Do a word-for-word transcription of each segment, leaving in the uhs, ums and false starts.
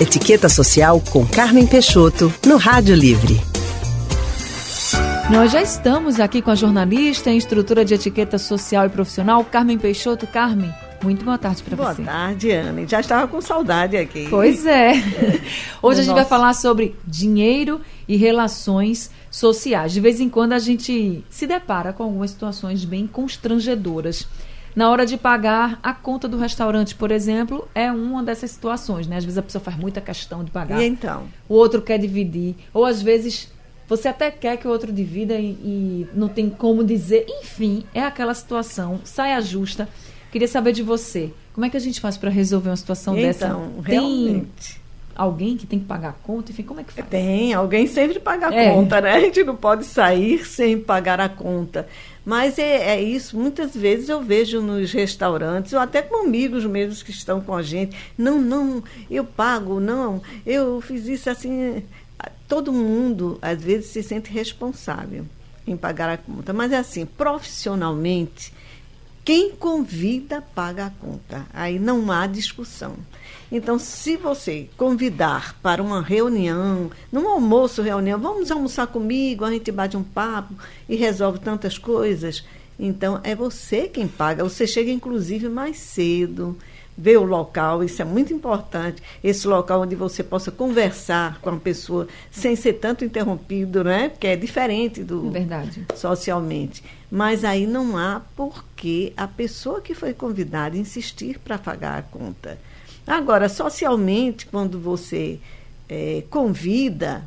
Etiqueta Social com Carmen Peixoto, no Rádio Livre. Nós já estamos aqui com a jornalista e instrutora de etiqueta social e profissional, Carmen Peixoto. Carmen, muito boa tarde para você. Boa tarde, Ana. Já estava com saudade aqui. Pois é. Hoje a gente vai falar sobre dinheiro e relações sociais. De vez em quando a gente se depara com algumas situações bem constrangedoras. Na hora de pagar a conta do restaurante, por exemplo, é uma dessas situações, né? Às vezes a pessoa faz muita questão de pagar. E então? O outro quer dividir. Ou às vezes você até quer que o outro divida e, e não tem como dizer. Enfim, é aquela situação, saia justa. Queria saber de você, como é que a gente faz para resolver uma situação então, dessa? Então, realmente... alguém que tem que pagar a conta? Enfim, como é que faz? Tem, alguém sempre paga a é. conta, né? A gente não pode sair sem pagar a conta. Mas é, é isso, muitas vezes eu vejo nos restaurantes, ou até com amigos mesmos que estão com a gente. Não, não, eu pago, não, eu fiz isso assim... Todo mundo, às vezes, se sente responsável em pagar a conta. Mas é assim, profissionalmente, quem convida, paga a conta. Aí não há discussão. Então, se você convidar para uma reunião, num almoço, reunião, vamos almoçar comigo, a gente bate um papo e resolve tantas coisas. Então, é você quem paga. Você chega, inclusive, mais cedo, vê o local, isso é muito importante, esse local onde você possa conversar com a pessoa sem ser tanto interrompido, né? Porque é diferente do Verdade. Socialmente. Mas aí não há por que a pessoa que foi convidada insistir para pagar a conta. Agora, socialmente, quando você é, convida,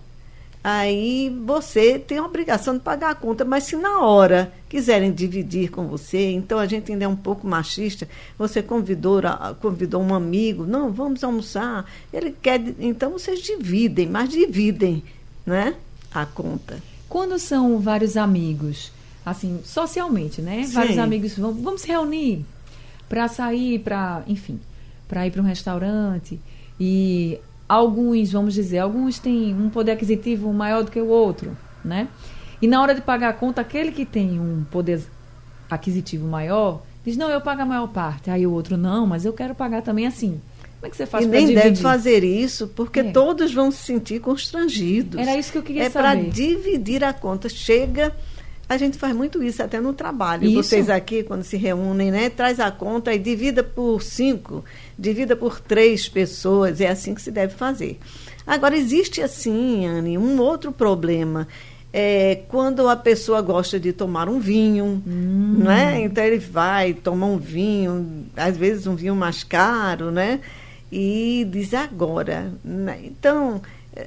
aí você tem a obrigação de pagar a conta, mas se na hora quiserem dividir com você, então a gente ainda é um pouco machista, você convidou, convidou um amigo, não, vamos almoçar, ele quer, então vocês dividem, mas dividem, né, a conta. Quando são vários amigos, assim, socialmente, né, Sim. vários amigos vão, vamos se reunir para sair, para, enfim, para ir para um restaurante e... Alguns, vamos dizer, alguns têm um poder aquisitivo maior do que o outro, né? E na hora de pagar a conta, aquele que tem um poder aquisitivo maior, diz, não, eu pago a maior parte. Aí o outro, não, mas eu quero pagar também assim. Como é que você faz para dividir? E nem deve fazer isso, porque é. todos vão se sentir constrangidos. Era isso que eu queria é saber. É para dividir a conta. Chega... A gente faz muito isso até no trabalho. Isso. Vocês aqui, quando se reúnem, né, traz a conta e divida por cinco, divida por três pessoas. É assim que se deve fazer. Agora, existe assim, Anne, um outro problema. É quando a pessoa gosta de tomar um vinho, hum. né? Então ele vai tomar um vinho, às vezes um vinho mais caro, né? E diz agora. Né? Então,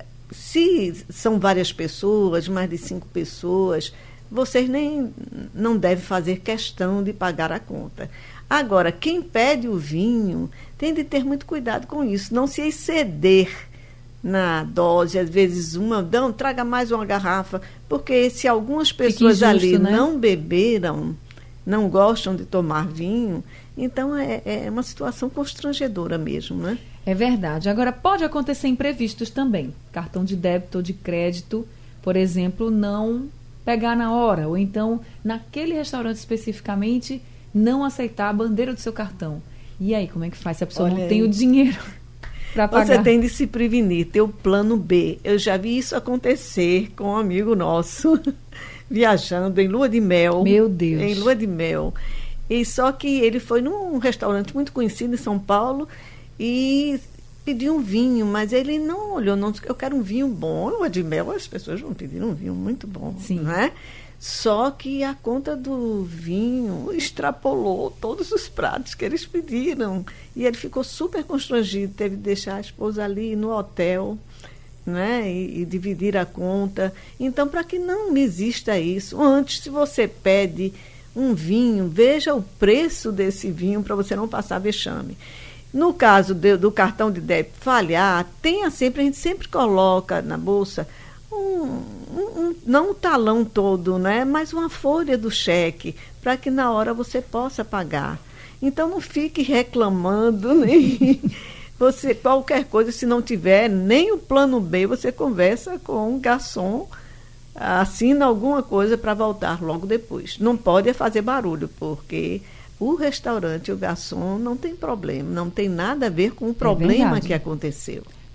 se são várias pessoas, mais de cinco pessoas... vocês nem não devem fazer questão de pagar a conta. Agora, quem pede o vinho tem de ter muito cuidado com isso, não se exceder na dose, às vezes uma, não, traga mais uma garrafa, porque se algumas pessoas injusto, ali né? não beberam, não gostam de tomar vinho, então é, é uma situação constrangedora mesmo, né? É verdade. Agora, pode acontecer imprevistos também. Cartão de débito ou de crédito, por exemplo, não... pegar na hora, ou então, naquele restaurante especificamente, não aceitar a bandeira do seu cartão. E aí, como é que faz se a pessoa Olha não aí. tem o dinheiro para pagar? Você tem de se prevenir, ter o plano B. Eu já vi isso acontecer com um amigo nosso, viajando em lua de mel. Meu Deus. Em lua de mel. E só que ele foi num restaurante muito conhecido em São Paulo e... pediu um vinho, mas ele não olhou, não, eu quero um vinho bom. Lua de mel, as pessoas vão pedir um vinho muito bom, Sim. não é? Só que a conta do vinho extrapolou todos os pratos que eles pediram. E ele ficou super constrangido, teve de deixar a esposa ali no hotel, né? E, e dividir a conta. Então, para que não exista isso, antes, se você pede um vinho, veja o preço desse vinho para você não passar vexame. No caso de, do cartão de débito falhar, tenha sempre, a gente sempre coloca na bolsa, um, um, um, não um talão todo, né, mas uma folha do cheque, para que na hora você possa pagar. Então não fique reclamando, nem você, qualquer coisa, se não tiver nem o plano B, você conversa com o garçom, assina alguma coisa para voltar logo depois. Não pode fazer barulho, porque... o restaurante, o garçom, não tem problema, não tem nada a ver com o problema é que aconteceu.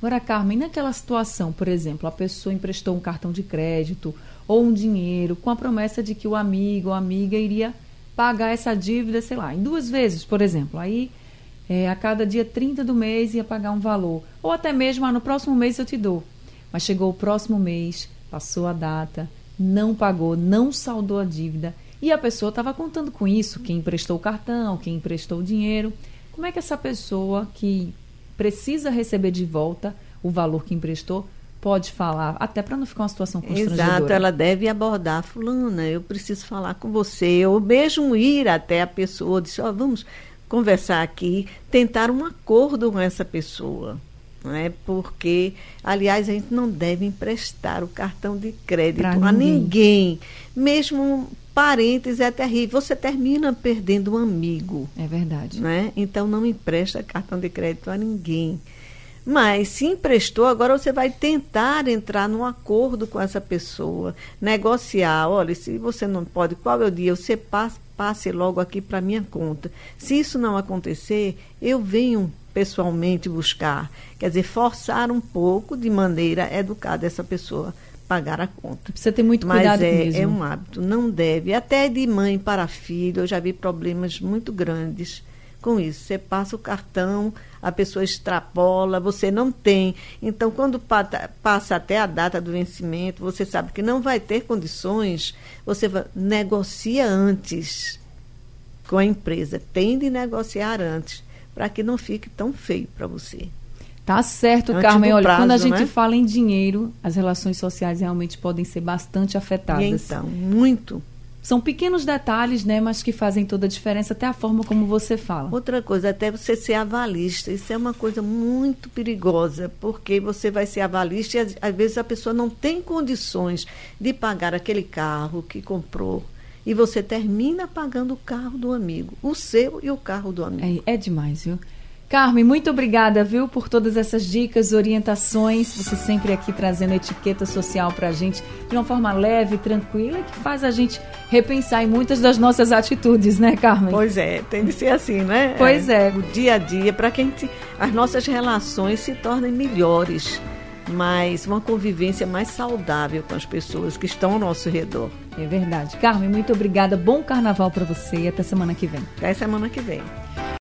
Agora, Carmen, naquela situação, por exemplo, a pessoa emprestou um cartão de crédito ou um dinheiro com a promessa de que o amigo ou a amiga iria pagar essa dívida, sei lá, em duas vezes, por exemplo. Aí, é, a cada dia trinta do mês ia pagar um valor. Ou até mesmo, ah, no próximo mês eu te dou. Mas chegou o próximo mês, passou a data, não pagou, não saldou a dívida. E a pessoa estava contando com isso, quem emprestou o cartão, quem emprestou o dinheiro. Como é que essa pessoa que precisa receber de volta o valor que emprestou pode falar, até para não ficar uma situação constrangedora? Exato, ela deve abordar, fulana, eu preciso falar com você, ou mesmo ir até a pessoa, dizer, oh, vamos conversar aqui, tentar um acordo com essa pessoa, não é? Porque, aliás, a gente não deve emprestar o cartão de crédito a ninguém. ninguém, mesmo parentes, é terrível, você termina perdendo um amigo. É verdade. Né? Então, não empresta cartão de crédito a ninguém. Mas, se emprestou, agora você vai tentar entrar num acordo com essa pessoa, negociar. Olha, se você não pode, qual é o dia? Você passe, passe logo aqui para a minha conta. Se isso não acontecer, eu venho pessoalmente buscar. Quer dizer, forçar um pouco, de maneira educada, essa pessoa pagar a conta. Precisa ter muito cuidado Mas é, mesmo. é um hábito, não deve. Até de mãe para filho, eu já vi problemas muito grandes com isso. Você passa o cartão, a pessoa extrapola, você não tem. Então, quando passa até a data do vencimento, você sabe que não vai ter condições, você vai, negocia antes com a empresa. Tem de negociar antes, para que não fique tão feio para você. Tá certo, Antes Carmen. Olha, prazo, quando a gente né? fala em dinheiro, as relações sociais realmente podem ser bastante afetadas. E então, muito. São pequenos detalhes, né, mas que fazem toda a diferença, até a forma como você fala. Outra coisa, até você ser avalista, isso é uma coisa muito perigosa, porque você vai ser avalista e às, às vezes a pessoa não tem condições de pagar aquele carro que comprou e você termina pagando o carro do amigo, o seu e o carro do amigo. É, é demais, viu? Carmen, muito obrigada, viu, por todas essas dicas, orientações, você sempre aqui trazendo etiqueta social para a gente de uma forma leve, tranquila, que faz a gente repensar em muitas das nossas atitudes, né, Carmen? Pois é, tem de ser assim, né? Pois é. O dia a dia, para que a gente, as nossas relações se tornem melhores, mas uma convivência mais saudável com as pessoas que estão ao nosso redor. É verdade. Carmen, muito obrigada, bom carnaval para você e até semana que vem. Até semana que vem.